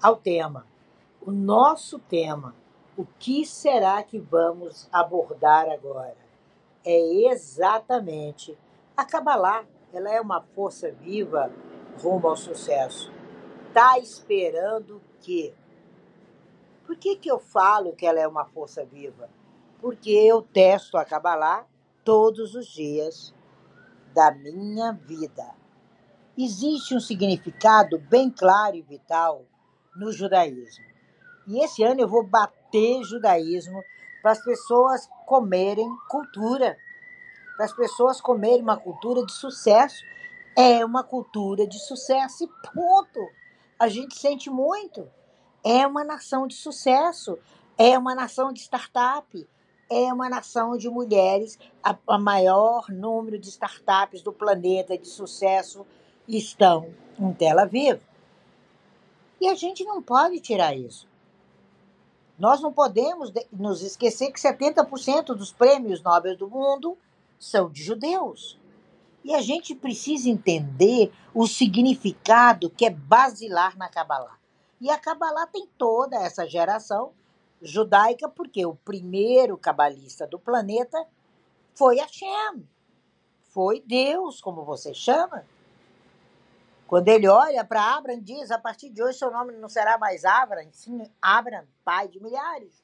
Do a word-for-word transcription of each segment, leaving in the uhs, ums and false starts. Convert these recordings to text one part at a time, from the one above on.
ao tema. O nosso tema, o que será que vamos abordar agora? É exatamente a Cabalá. Ela é uma força viva rumo ao sucesso. Está esperando o quê? Por que, que eu falo que ela é uma força viva? Porque eu testo a Cabalá todos os dias da minha vida. Existe um significado bem claro e vital no judaísmo. E esse ano eu vou bater judaísmo para as pessoas comerem cultura, para as pessoas comerem uma cultura de sucesso. É uma cultura de sucesso e ponto. A gente sente muito. É uma nação de sucesso, é uma nação de startup, é uma nação de mulheres. A, a maior número de startups do planeta de sucesso estão em Tel Aviv. E a gente não pode tirar isso. Nós não podemos nos esquecer que setenta por cento dos prêmios Nobel do mundo são de judeus. E a gente precisa entender o significado que é basilar na Cabalá. E a Cabalá tem toda essa geração judaica, porque o primeiro cabalista do planeta foi Hashem, foi Deus, como você chama. Quando ele olha para Abraham, diz, a partir de hoje seu nome não será mais Abraham, sim Abraham, pai de milhares.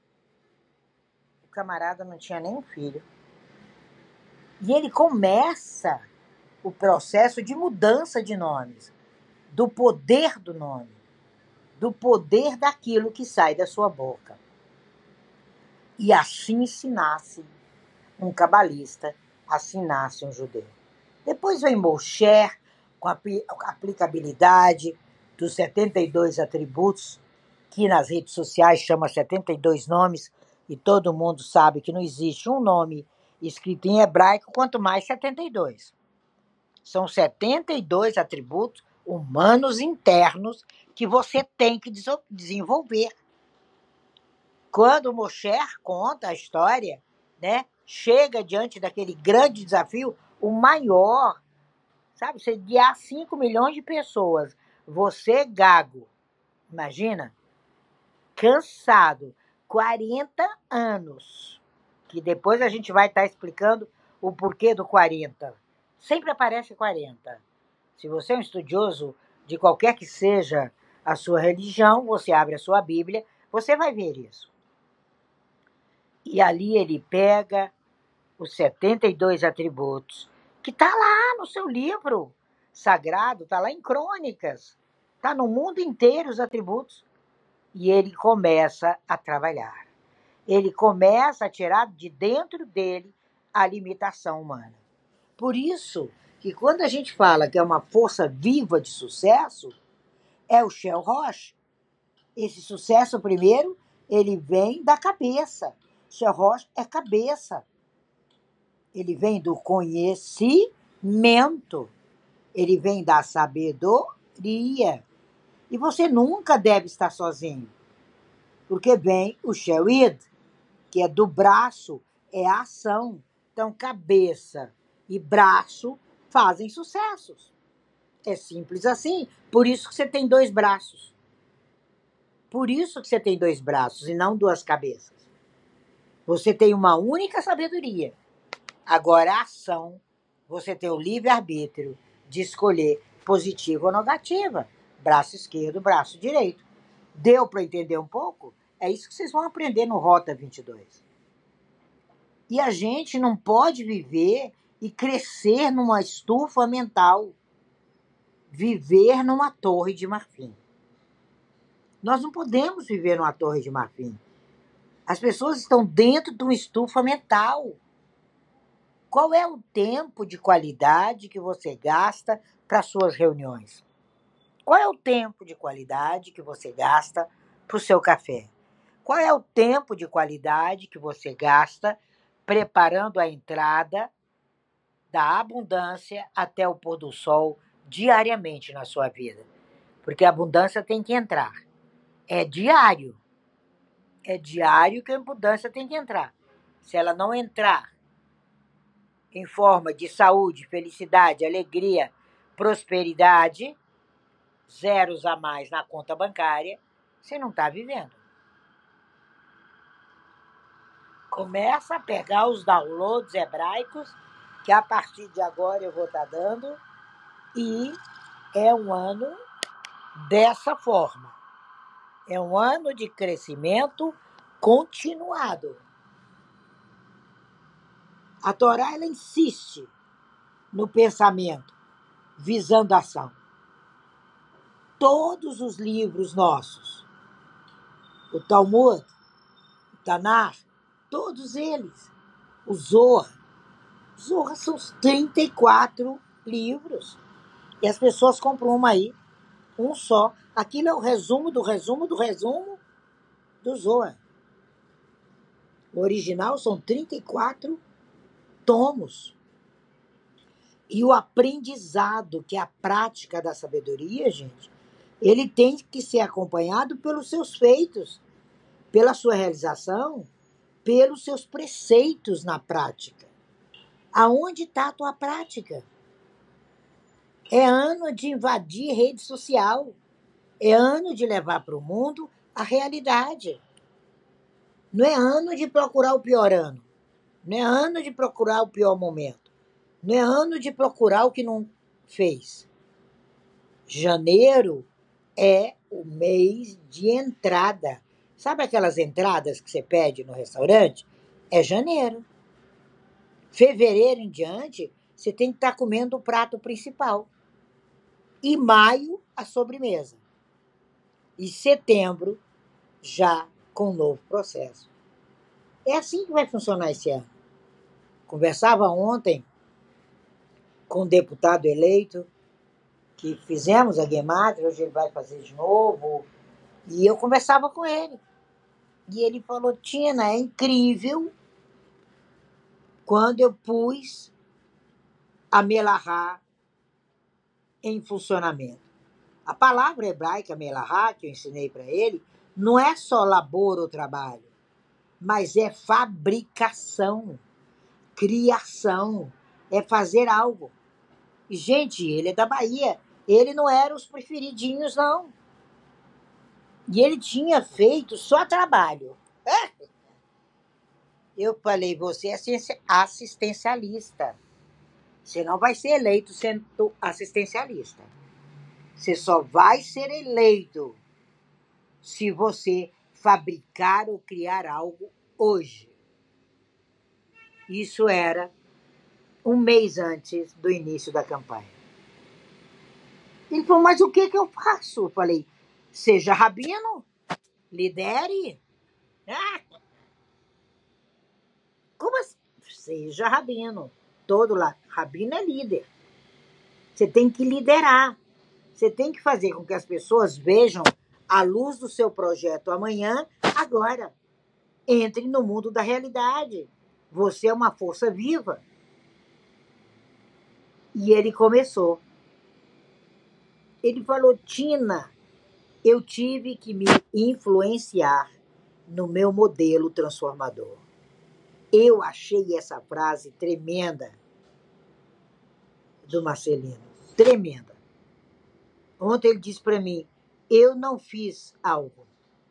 O camarada não tinha nem um filho. E ele começa o processo de mudança de nomes, do poder do nome, do poder daquilo que sai da sua boca. E assim se nasce um cabalista, assim nasce um judeu. Depois vem Moshe, com a aplicabilidade dos setenta e dois atributos, que nas redes sociais chama setenta e dois nomes, e todo mundo sabe que não existe um nome escrito em hebraico, quanto mais setenta e dois. São setenta e dois atributos humanos internos que você tem que desenvolver. Quando Moshe conta a história, né, chega diante daquele grande desafio, o maior, sabe? Você guiar cinco milhões de pessoas. Você, gago, imagina, cansado, quarenta anos, que depois a gente vai estar explicando o porquê do quarenta. Sempre aparece quarenta. Se você é um estudioso de qualquer que seja a sua religião, você abre a sua Bíblia, você vai ver isso. E ali ele pega os setenta e dois atributos, que está lá no seu livro sagrado, está lá em Crônicas, está no mundo inteiro os atributos, e ele começa a trabalhar. Ele começa a tirar de dentro dele a limitação humana. Por isso que quando a gente fala que é uma força viva de sucesso, é o Shel Rosh. Esse sucesso, primeiro, ele vem da cabeça. Shel Rosh é cabeça. Ele vem do conhecimento. Ele vem da sabedoria. E você nunca deve estar sozinho. Porque vem o Shel Yid, que é do braço, é a ação. Então, cabeça e braço fazem sucessos. É simples assim. Por isso que você tem dois braços. Por isso que você tem dois braços e não duas cabeças. Você tem uma única sabedoria. Agora, a ação, você tem o livre-arbítrio de escolher positiva ou negativa. Braço esquerdo, braço direito. Deu para entender um pouco? É isso que vocês vão aprender no Rota vinte e dois. E a gente não pode viver e crescer numa estufa mental. Viver numa torre de marfim. Nós não podemos viver numa torre de marfim. As pessoas estão dentro de uma estufa mental. Qual é o tempo de qualidade que você gasta para suas reuniões? Qual é o tempo de qualidade que você gasta para o seu café? Qual é o tempo de qualidade que você gasta preparando a entrada da abundância até o pôr do sol diariamente na sua vida? Porque a abundância tem que entrar. É diário. É diário que a abundância tem que entrar. Se ela não entrar em forma de saúde, felicidade, alegria, prosperidade, zeros a mais na conta bancária, você não está vivendo. Começa a pegar os downloads hebraicos, que a partir de agora eu vou estar dando, e é um ano dessa forma. É um ano de crescimento continuado. A Torá, ela insiste no pensamento, visando a ação. Todos os livros nossos, o Talmud, o Tanar, todos eles, o Zohar. O Zohar são os trinta e quatro livros. E as pessoas compram uma aí, um só. Aquilo é o resumo do resumo do resumo do Zohar. O original são trinta e quatro tomos. E o aprendizado, que é a prática da sabedoria, gente, ele tem que ser acompanhado pelos seus feitos, pela sua realização, pelos seus preceitos na prática. Aonde está a tua prática? É ano de invadir rede social. É ano de levar para o mundo a realidade. Não é ano de procurar o pior ano. Não é ano de procurar o pior momento. Não é ano de procurar o que não fez. Janeiro é o mês de entrada. Sabe aquelas entradas que você pede no restaurante? É janeiro. Fevereiro em diante, você tem que estar comendo o prato principal. E maio, a sobremesa. E setembro, já com um novo processo. É assim que vai funcionar esse ano. Conversava ontem com um deputado eleito, que fizemos a Guematria, hoje ele vai fazer de novo, e eu conversava com ele. E ele falou, Tina, é incrível quando eu pus a Melahá em funcionamento. A palavra hebraica Melahá, que eu ensinei para ele, não é só labor ou trabalho, mas é fabricação, criação, é fazer algo. E, gente, ele é da Bahia, ele não era os preferidinhos, não. E ele tinha feito só trabalho. Eu falei, você é assistencialista. Você não vai ser eleito sendo assistencialista. Você só vai ser eleito se você fabricar ou criar algo hoje. Isso era um mês antes do início da campanha. Ele falou, mas o que, que eu faço? Eu falei, seja rabino, lidere. Ah, como assim? Seja rabino. Todo lá. Rabino é líder. Você tem que liderar. Você tem que fazer com que as pessoas vejam a luz do seu projeto amanhã, agora. Entre no mundo da realidade. Você é uma força viva. E ele começou. Ele falou, Tina, eu tive que me influenciar no meu modelo transformador. Eu achei essa frase tremenda do Marcelino. Tremenda. Ontem ele disse para mim, eu não fiz algo.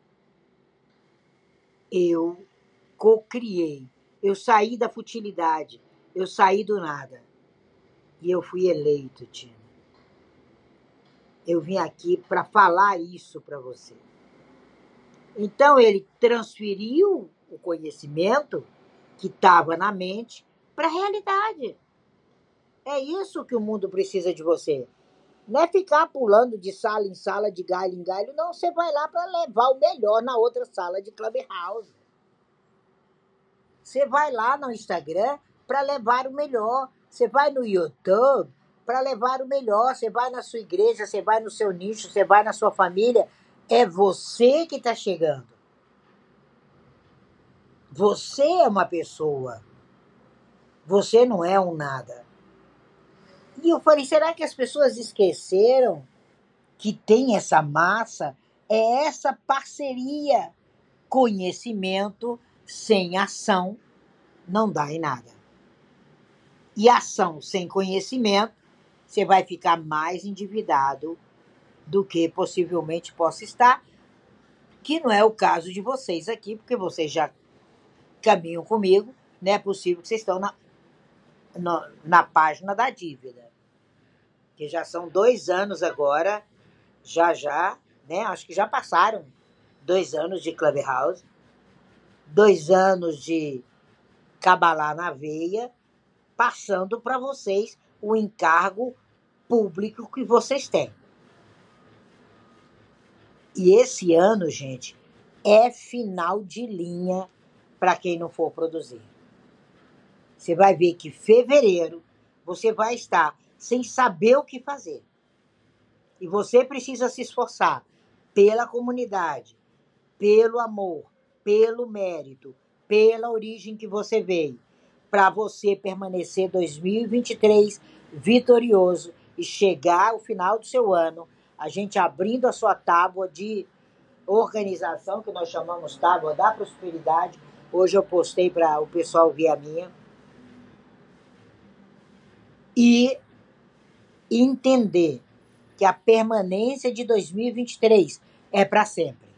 Eu co-criei. Eu saí da futilidade. Eu saí do nada. E eu fui eleito, Tina. Eu vim aqui para falar isso para você. Então ele transferiu o conhecimento que estava na mente para a realidade. É isso que o mundo precisa de você. Não é ficar pulando de sala em sala, de galho em galho. Não, você vai lá para levar o melhor na outra sala de Clubhouse. Você vai lá no Instagram para levar o melhor. Você vai no YouTube para levar o melhor. Você vai na sua igreja, você vai no seu nicho, você vai na sua família. É você que está chegando. Você é uma pessoa. Você não é um nada. E eu falei, será que as pessoas esqueceram que tem essa massa? É essa parceria. Conhecimento sem ação não dá em nada. E ação sem conhecimento, você vai ficar mais endividado do que possivelmente possa estar, que não é o caso de vocês aqui, porque vocês já caminham comigo, não é possível que vocês estão na, na, na página da dívida, que já são dois anos agora, já já, né? Acho que já passaram dois anos de Clubhouse, dois anos de Cabalá na veia, passando para vocês o encargo público que vocês têm. E esse ano, gente, é final de linha para quem não for produzir. Você vai ver que em fevereiro você vai estar sem saber o que fazer. E você precisa se esforçar pela comunidade, pelo amor, pelo mérito, pela origem que você veio, para você permanecer dois mil e vinte e três vitorioso e chegar ao final do seu ano, a gente abrindo a sua tábua de organização, que nós chamamos tábua da prosperidade. Hoje eu postei para o pessoal ver a minha. E entender que a permanência de dois mil e vinte e três é para sempre.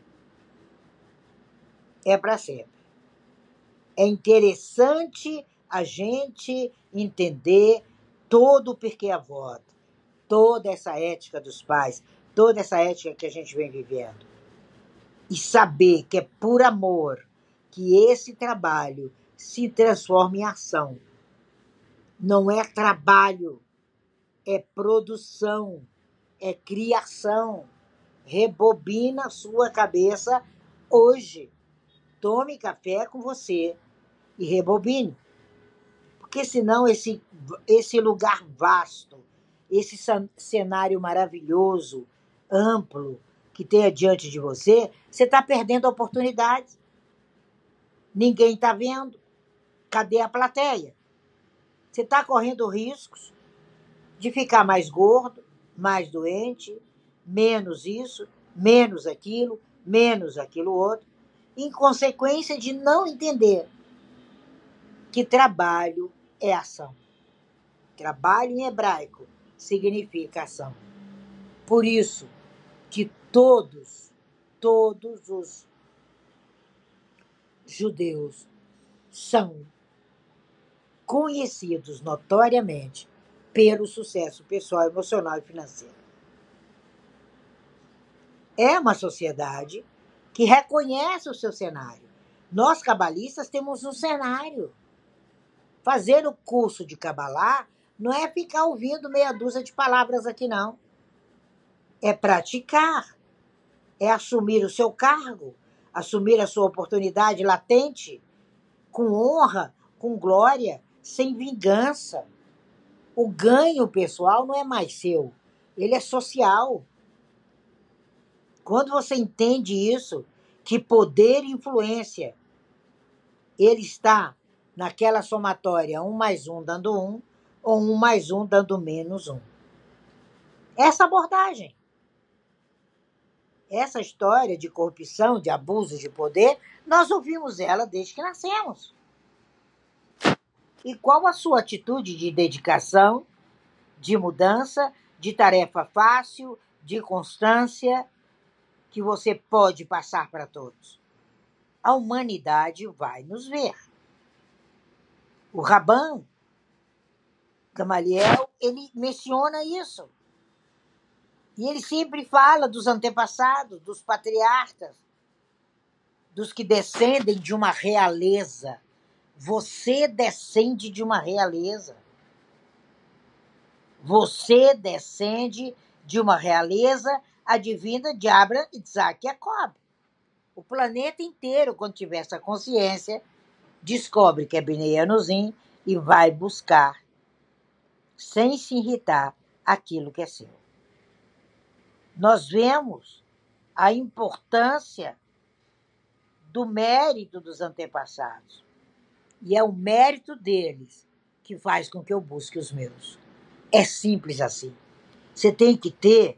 É para sempre. É interessante a gente entender todo o porquê a voto, toda essa ética dos pais, toda essa ética que a gente vem vivendo. E saber que é por amor que esse trabalho se transforma em ação. Não é trabalho, é produção, é criação. Rebobina a sua cabeça hoje. Tome café com você e rebobine. Porque senão esse, esse lugar vasto, esse cenário maravilhoso, amplo, que tem adiante de você, você está perdendo a oportunidade. Ninguém está vendo. Cadê a plateia? Você está correndo riscos de ficar mais gordo, mais doente, menos isso, menos aquilo, menos aquilo outro, em consequência de não entender que trabalho é ação. Trabalho em hebraico significa ação. Por isso que todos, todos os judeus são conhecidos notoriamente pelo sucesso pessoal, emocional e financeiro. É uma sociedade que reconhece o seu cenário. Nós, cabalistas, temos um cenário. Fazer o curso de Cabalá não é ficar ouvindo meia dúzia de palavras aqui, não. É praticar. É assumir o seu cargo, assumir a sua oportunidade latente, com honra, com glória, sem vingança. O ganho pessoal não é mais seu, ele é social. Quando você entende isso, que poder e influência, ele está naquela somatória um mais um dando um, ou um mais um dando menos um. Essa abordagem. Essa história de corrupção, de abuso de poder, nós ouvimos ela desde que nascemos. E qual a sua atitude de dedicação, de mudança, de tarefa fácil, de constância, que você pode passar para todos? A humanidade vai nos ver. O Rabban Gamaliel, ele menciona isso. E ele sempre fala dos antepassados, dos patriarcas, dos que descendem de uma realeza. Você descende de uma realeza. Você descende de uma realeza advinda de Abraham, Isaac e Jacob. O planeta inteiro, quando tiver essa consciência, descobre que é Bnei Anuzim e vai buscar, sem se irritar, aquilo que é seu. Nós vemos a importância do mérito dos antepassados. E é o mérito deles que faz com que eu busque os meus. É simples assim. Você tem que ter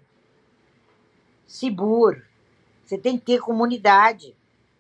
Sibur, você tem que ter comunidade.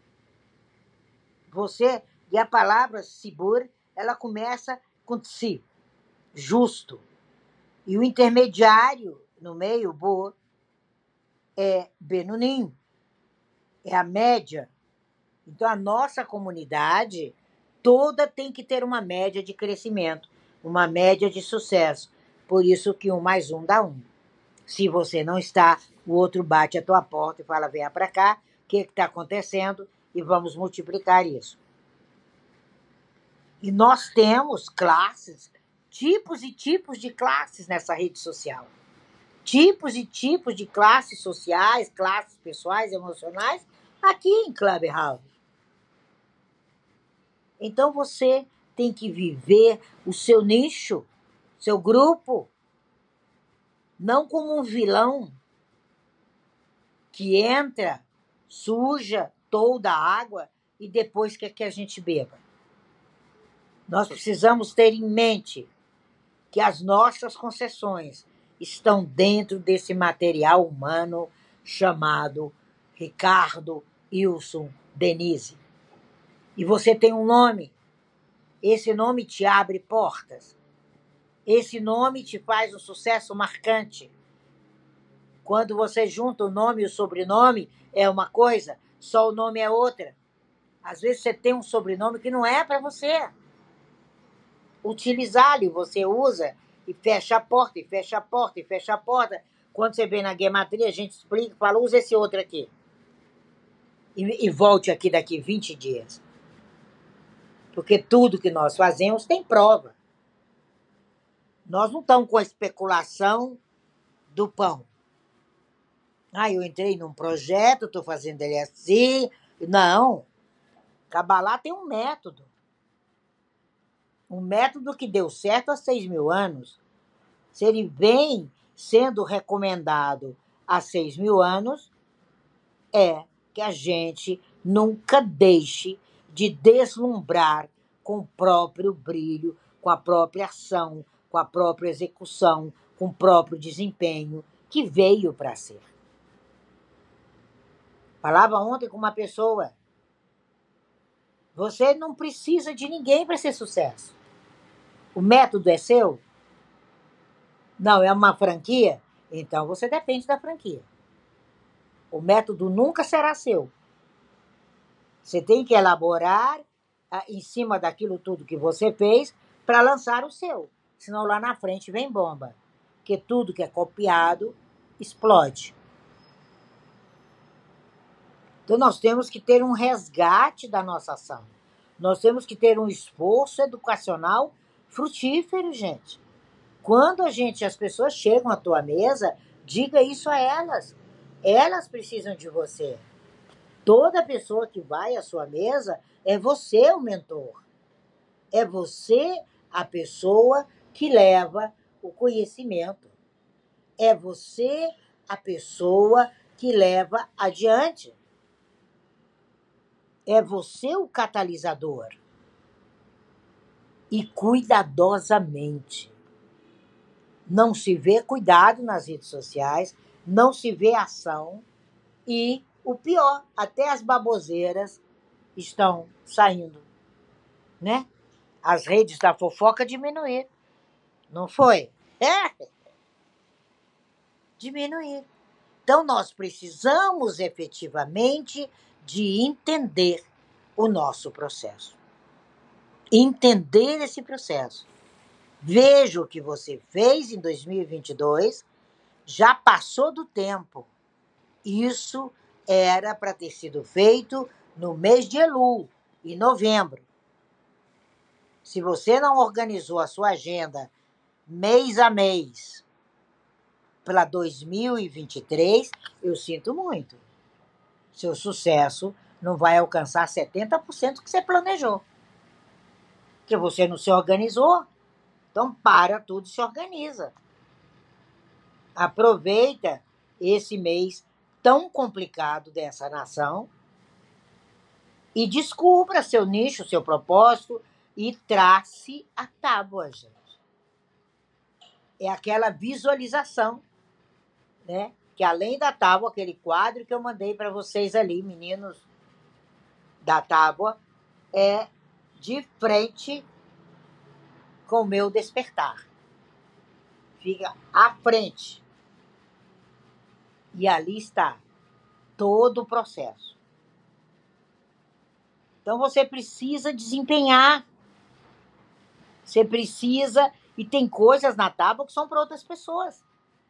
Você, e a palavra Sibur, ela começa com Tsi, justo. E o intermediário no meio, Bo, é Benunim, é a média. Então, a nossa comunidade toda tem que ter uma média de crescimento, uma média de sucesso. Por isso que um mais um dá um. Se você não está, o outro bate a tua porta e fala, venha para cá, o que está acontecendo? E vamos multiplicar isso. E nós temos classes, tipos e tipos de classes nessa rede social. Tipos e tipos de classes sociais, classes pessoais, emocionais, aqui em Clubhouse. Então você tem que viver o seu nicho, seu grupo, não como um vilão que entra, suja toda a água e depois quer que a gente beba. Nós precisamos ter em mente que as nossas concessões estão dentro desse material humano chamado Ricardo Wilson Denise. E você tem um nome. Esse nome te abre portas. Esse nome te faz um sucesso marcante. Quando você junta o nome e o sobrenome, é uma coisa, só o nome é outra. Às vezes você tem um sobrenome que não é para você. Utilizar-lhe, você usa e fecha a porta, e fecha a porta, e fecha a porta. Quando você vem na gematria, a gente explica, fala, usa esse outro aqui. E, e volte aqui daqui vinte dias. Porque tudo que nós fazemos tem prova. Nós não estamos com a especulação do pão. Ah, eu entrei num projeto, estou fazendo ele assim. Não. Cabalá tem um método. Um método que deu certo há seis mil anos. Se ele vem sendo recomendado há seis mil anos, é que a gente nunca deixe de deslumbrar com o próprio brilho, com a própria ação, com a própria execução, com o próprio desempenho que veio para ser. Falava ontem com uma pessoa, você não precisa de ninguém para ser sucesso. O método é seu? Não, é uma franquia? Então você depende da franquia. O método nunca será seu. Você tem que elaborar ah, em cima daquilo tudo que você fez para lançar o seu. Senão lá na frente vem bomba. Porque tudo que é copiado explode. Então nós temos que ter um resgate da nossa ação. Nós temos que ter um esforço educacional frutífero, gente. Quando a gente, as pessoas chegam à tua mesa, diga isso a elas. Elas precisam de você. Toda pessoa que vai à sua mesa é você o mentor. É você a pessoa que leva o conhecimento. É você a pessoa que leva adiante. É você o catalisador. E cuidadosamente. Não se vê cuidado nas redes sociais, não se vê ação e, o pior, até as baboseiras estão saindo, né? As redes da fofoca diminuíram, não foi? É, diminuir. Então, nós precisamos efetivamente de entender o nosso processo. Entender esse processo. Veja o que você fez em dois mil e vinte e dois, já passou do tempo. Isso era para ter sido feito no mês de Elul, em novembro. Se você não organizou a sua agenda mês a mês para dois mil e vinte e três, eu sinto muito. Seu sucesso não vai alcançar setenta por cento que você planejou. Porque você não se organizou. Então, para tudo e se organiza. Aproveita esse mês tão complicado dessa nação e descubra seu nicho, seu propósito e trace a tábua, gente. É aquela visualização, né? Que além da tábua, aquele quadro que eu mandei para vocês ali, meninos da tábua, é de frente com o meu despertar. Fica à frente. E ali está todo o processo. Então você precisa desempenhar. Você precisa... E tem coisas na tábua que são para outras pessoas.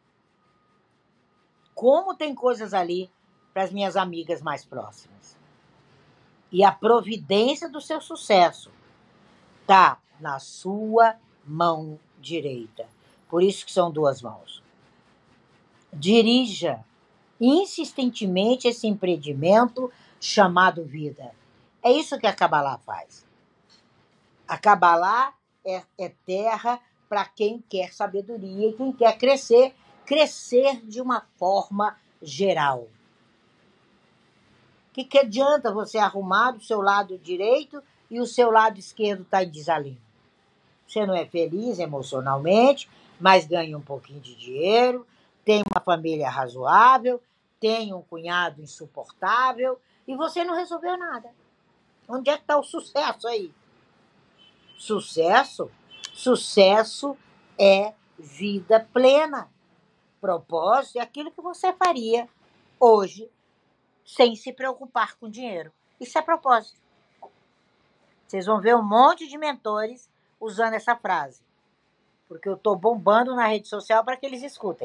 Como tem coisas ali para as minhas amigas mais próximas. E a providência do seu sucesso está na sua mão direita. Por isso que são duas mãos. Dirija insistentemente esse empreendimento chamado vida. É isso que a Kabbalah faz. A Kabbalah é, é terra para quem quer sabedoria e quem quer crescer, crescer de uma forma geral. O que, que adianta você arrumar o seu lado direito e o seu lado esquerdo está em desalinho? Você não é feliz emocionalmente, mas ganha um pouquinho de dinheiro, tem uma família razoável, tem um cunhado insuportável e você não resolveu nada. Onde é que está o sucesso aí? Sucesso? Sucesso é vida plena. Propósito é aquilo que você faria hoje sem se preocupar com dinheiro. Isso é propósito. Vocês vão ver um monte de mentores usando essa frase. Porque eu estou bombando na rede social para que eles escutem.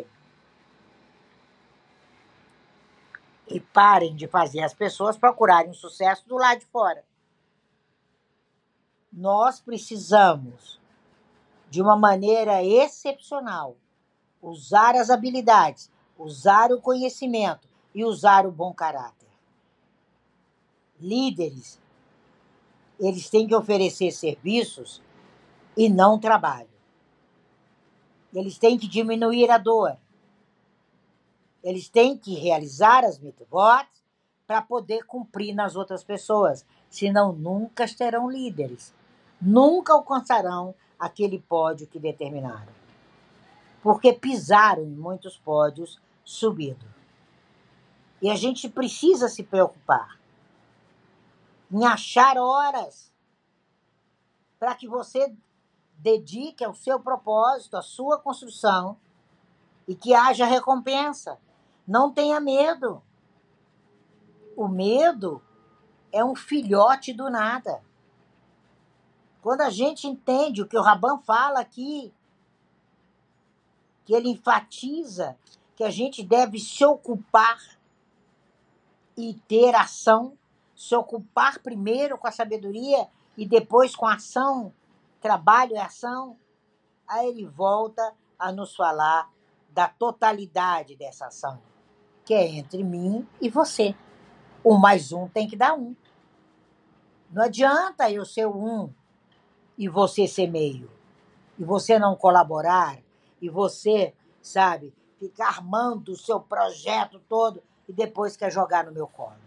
E parem de fazer as pessoas procurarem o sucesso do lado de fora. Nós precisamos, de uma maneira excepcional, usar as habilidades, usar o conhecimento e usar o bom caráter. Líderes, eles têm que oferecer serviços e não trabalho. Eles têm que diminuir a dor. Eles têm que realizar as mitzvot para poder cumprir nas outras pessoas. Senão nunca serão líderes. Nunca alcançarão aquele pódio que determinaram. Porque pisaram em muitos pódios subindo. E a gente precisa se preocupar em achar horas para que você dedique ao seu propósito, à sua construção e que haja recompensa. Não tenha medo. O medo é um filhote do nada. Quando a gente entende o que o Rabban fala aqui, que ele enfatiza que a gente deve se ocupar e ter ação, se ocupar primeiro com a sabedoria e depois com a ação, trabalho e ação, aí ele volta a nos falar da totalidade dessa ação, que é entre mim e você. Um mais um tem que dar um. Não adianta eu ser um e você ser meio, e você não colaborar, e você, sabe, ficar armando o seu projeto todo e depois quer jogar no meu colo.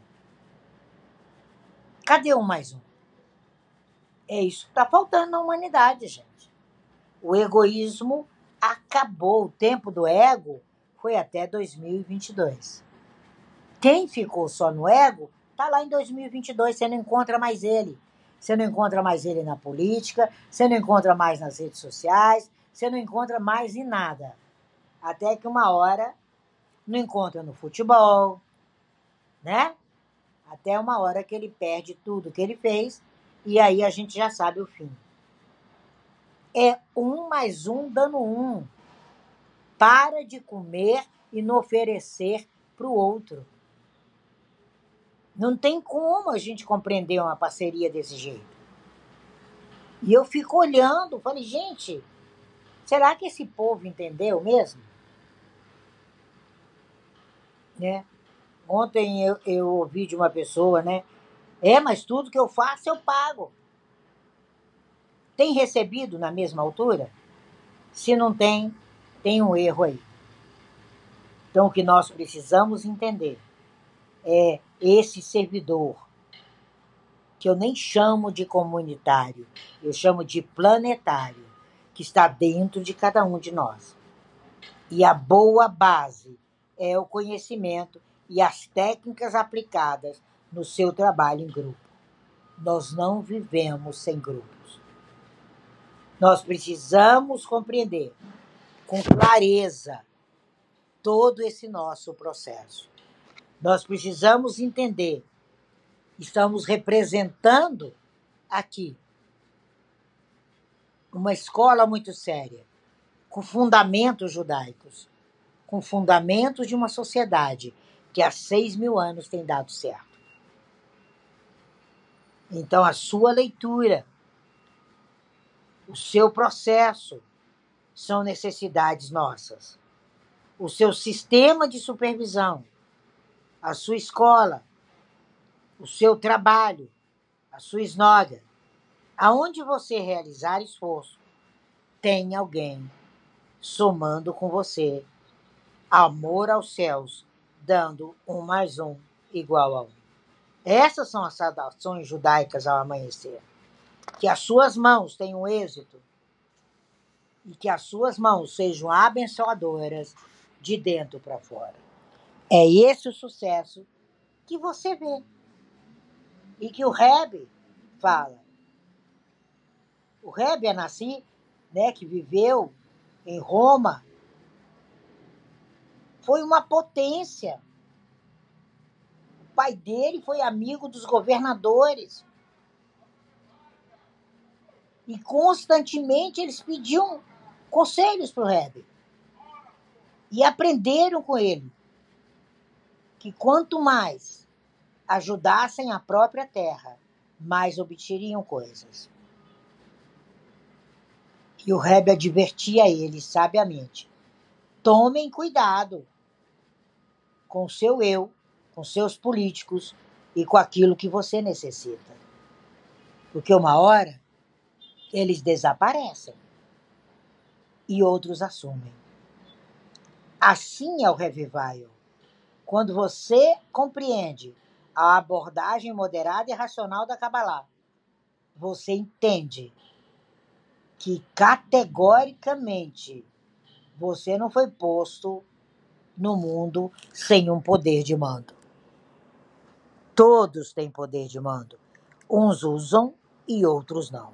Cadê um mais um? É isso que está faltando na humanidade, gente. O egoísmo acabou. O tempo do ego foi até dois mil e vinte e dois. Quem ficou só no ego está lá em dois mil e vinte e dois, você não encontra mais ele. Você não encontra mais ele na política, você não encontra mais nas redes sociais, você não encontra mais em nada. Até que uma hora não encontra no futebol, né? Até uma hora que ele perde tudo que ele fez e aí a gente já sabe o fim. É um mais um dando um. Para de comer e não oferecer para o outro. Não tem como a gente compreender uma parceria desse jeito. E eu fico olhando, falei, gente, será que esse povo entendeu mesmo? Né? Ontem eu, eu ouvi de uma pessoa, né? É, mas tudo que eu faço eu pago. Tem recebido na mesma altura? Se não tem, tem um erro aí. Então o que nós precisamos entender é esse servidor, que eu nem chamo de comunitário, eu chamo de planetário, que está dentro de cada um de nós. E a boa base é o conhecimento e as técnicas aplicadas no seu trabalho em grupo. Nós não vivemos sem grupos. Nós precisamos compreender com clareza todo esse nosso processo. Nós precisamos entender, estamos representando aqui uma escola muito séria, com fundamentos judaicos, com fundamentos de uma sociedade que há seis mil anos tem dado certo. Então, a sua leitura, o seu processo, são necessidades nossas. O seu sistema de supervisão, a sua escola, o seu trabalho, a sua esnoga, aonde você realizar esforço, tem alguém somando com você, amor aos céus, dando um mais um igual a um. Essas são as saudações judaicas ao amanhecer. Que as suas mãos tenham êxito e que as suas mãos sejam abençoadoras de dentro para fora. É esse o sucesso que você vê e que o Rebbe fala. O Rebbe Anassi, né, que viveu em Roma, foi uma potência. O pai dele foi amigo dos governadores. E constantemente eles pediam conselhos para o Rebbe. E aprenderam com ele que quanto mais ajudassem a própria terra, mais obteriam coisas. E o Rebbe advertia eles sabiamente: tomem cuidado com o seu eu, com seus políticos e com aquilo que você necessita. Porque uma hora eles desaparecem e outros assumem. Assim é o revival. Quando você compreende a abordagem moderada e racional da Kabbalah, você entende que categoricamente você não foi posto no mundo sem um poder de mando. Todos têm poder de mando. Uns usam e outros não.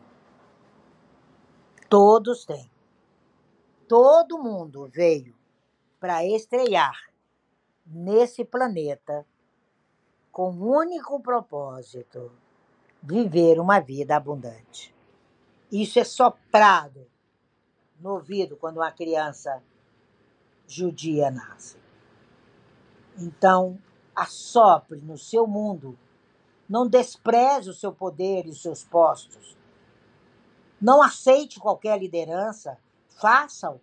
Todos têm. Todo mundo veio para estrear nesse planeta com o único propósito: viver uma vida abundante. Isso é soprado no ouvido quando uma criança judia nasce. Então, assopre no seu mundo. Não despreze o seu poder e os seus postos. Não aceite qualquer liderança. Faça-o.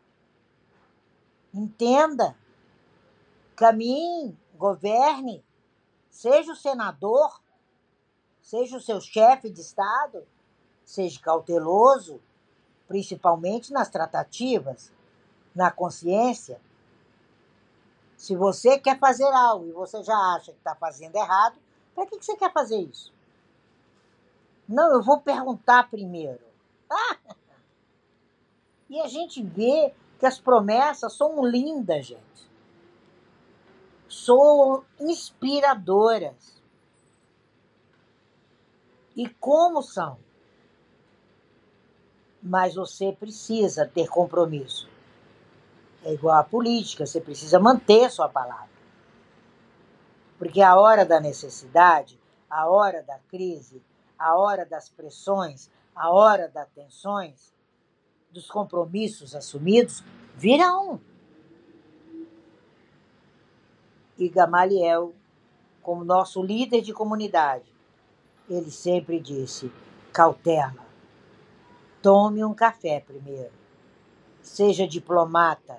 Entenda. Caminhe, governe. Seja o senador. Seja o seu chefe de Estado. Seja cauteloso, principalmente nas tratativas, na consciência. Se você quer fazer algo e você já acha que está fazendo errado, para que você quer fazer isso? Não, eu vou perguntar primeiro. Ah! E a gente vê que as promessas são lindas, gente. São inspiradoras. E como são? Mas você precisa ter compromisso. É igual à política, você precisa manter sua palavra. Porque a hora da necessidade, a hora da crise, a hora das pressões, a hora das tensões, dos compromissos assumidos, virão. E Gamaliel, como nosso líder de comunidade, ele sempre disse: cautela, tome um café primeiro, seja diplomata,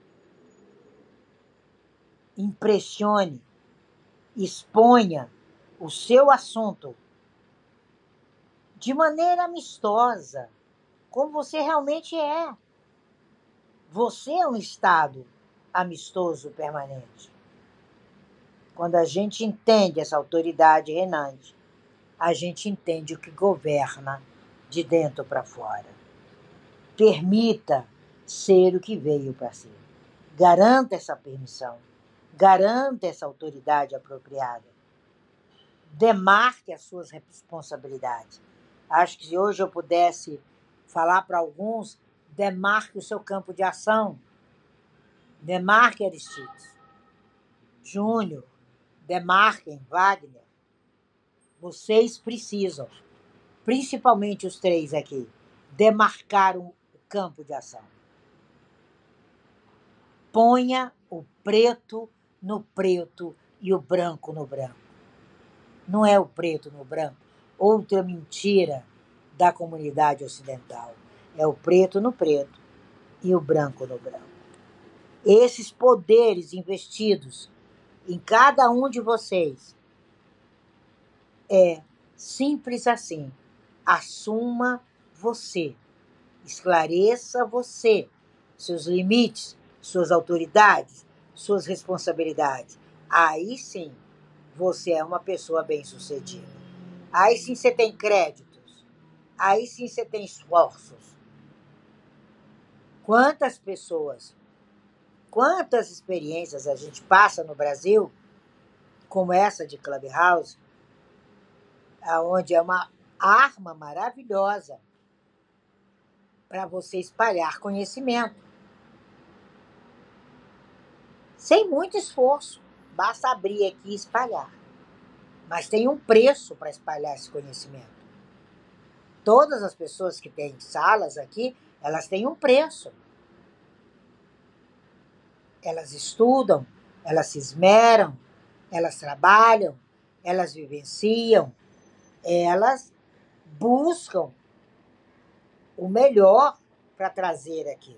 impressione, exponha o seu assunto de maneira amistosa, como você realmente é. Você é um estado amistoso permanente. Quando a gente entende essa autoridade reinante, a gente entende o que governa de dentro para fora. Permita ser o que veio para ser. Garanta essa permissão. Garanta essa autoridade apropriada. Demarque as suas responsabilidades. Acho que se hoje eu pudesse falar para alguns, demarque o seu campo de ação. Demarque Aristides, Júnior, demarquem Wagner. Vocês precisam, principalmente os três aqui, demarcar o campo de ação. Ponha o preto no preto e o branco no branco. Não é o preto no branco, outra mentira da comunidade ocidental. É o preto no preto e o branco no branco. Esses poderes investidos em cada um de vocês é simples assim. Assuma você, esclareça você, seus limites, suas autoridades, suas responsabilidades. Aí sim, você é uma pessoa bem-sucedida. Aí sim você tem créditos. Aí sim você tem esforços. Quantas pessoas, quantas experiências a gente passa no Brasil, como essa de Clubhouse, onde é uma arma maravilhosa para você espalhar conhecimento. Sem muito esforço, basta abrir aqui e espalhar. Mas tem um preço para espalhar esse conhecimento. Todas as pessoas que têm salas aqui, elas têm um preço. Elas estudam, elas se esmeram, elas trabalham, elas vivenciam, elas buscam o melhor para trazer aqui.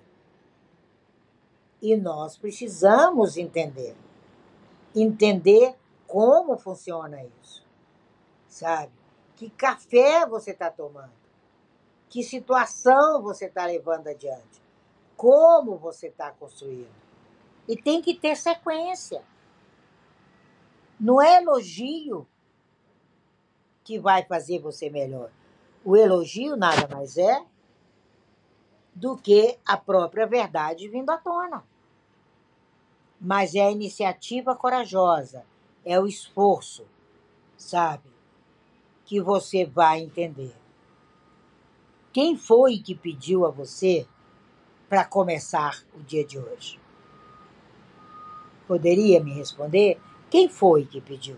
E nós precisamos entender. Entender como funciona isso. Sabe? Que café você está tomando? Que situação você está levando adiante? Como você está construindo? E tem que ter sequência. Não é elogio que vai fazer você melhor. O elogio nada mais é do que a própria verdade vindo à tona. Mas é a iniciativa corajosa, é o esforço, sabe? Que você vai entender. Quem foi que pediu a você para começar o dia de hoje? Poderia me responder? Quem foi que pediu?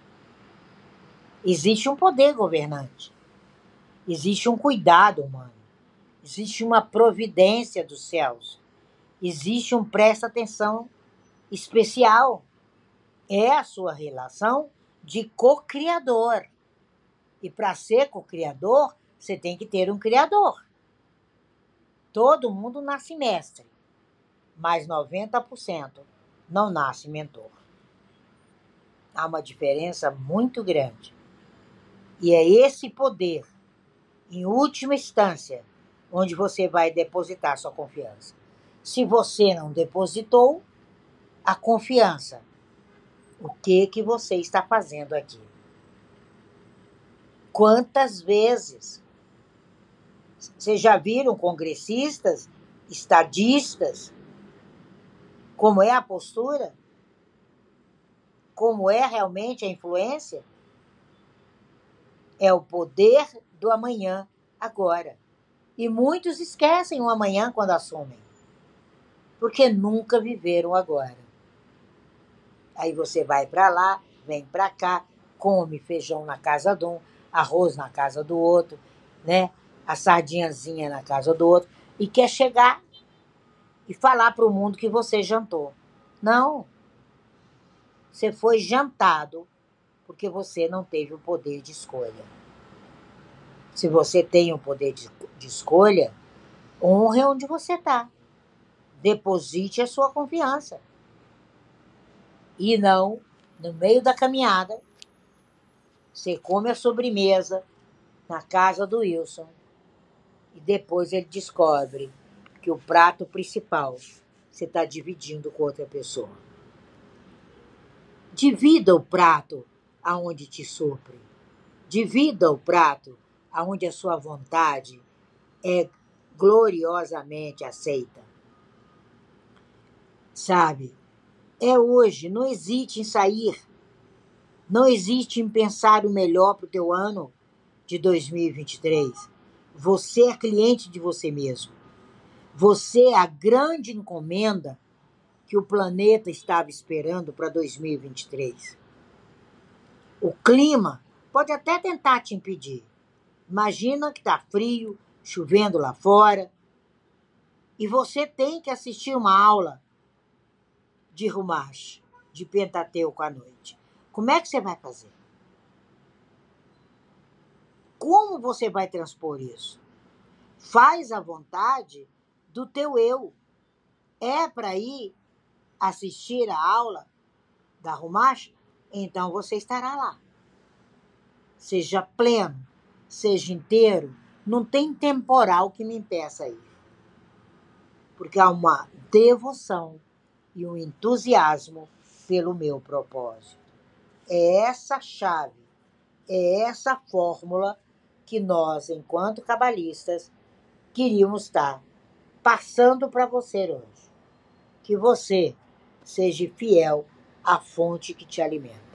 Existe um poder governante. Existe um cuidado humano. Existe uma providência dos céus. Existe um presta atenção especial. É a sua relação de co-criador. E para ser co-criador, você tem que ter um criador. Todo mundo nasce mestre, mas noventa por cento não nasce mentor. Há uma diferença muito grande. E é esse poder, em última instância, onde você vai depositar sua confiança. Se você não depositou a confiança, o que que você está fazendo aqui? Quantas vezes vocês já viram congressistas, estadistas, como é a postura? Como é realmente a influência? É o poder do amanhã, agora. E muitos esquecem o amanhã quando assumem, porque nunca viveram agora. Aí você vai para lá, vem para cá, come feijão na casa de um, arroz na casa do outro, né? A sardinhazinha na casa do outro, e quer chegar e falar para o mundo que você jantou. Não. Você foi jantado porque você não teve o poder de escolha. Se você tem o poder de, de escolha, honre onde você está. Deposite a sua confiança. E não, no meio da caminhada, você come a sobremesa na casa do Wilson e depois ele descobre que o prato principal você está dividindo com outra pessoa. Divida o prato aonde te supre. Divida o prato aonde a sua vontade é gloriosamente aceita. Sabe? É hoje, não hesite em sair. Não hesite em pensar o melhor para o teu ano de dois mil e vinte e três. Você é cliente de você mesmo. Você é a grande encomenda que o planeta estava esperando para dois mil e vinte e três. O clima pode até tentar te impedir. Imagina que está frio, chovendo lá fora, e você tem que assistir uma aula de Rumash, de Pentateuco à noite. Como é que você vai fazer? Como você vai transpor isso? Faz a vontade do teu eu. É para ir assistir a aula da Rumash? Então você estará lá. Seja pleno, seja inteiro, não tem temporal que me impeça ir. Porque há uma devoção e um entusiasmo pelo meu propósito. É essa chave, é essa fórmula que nós, enquanto cabalistas, queríamos estar passando para você hoje. Que você seja fiel à fonte que te alimenta.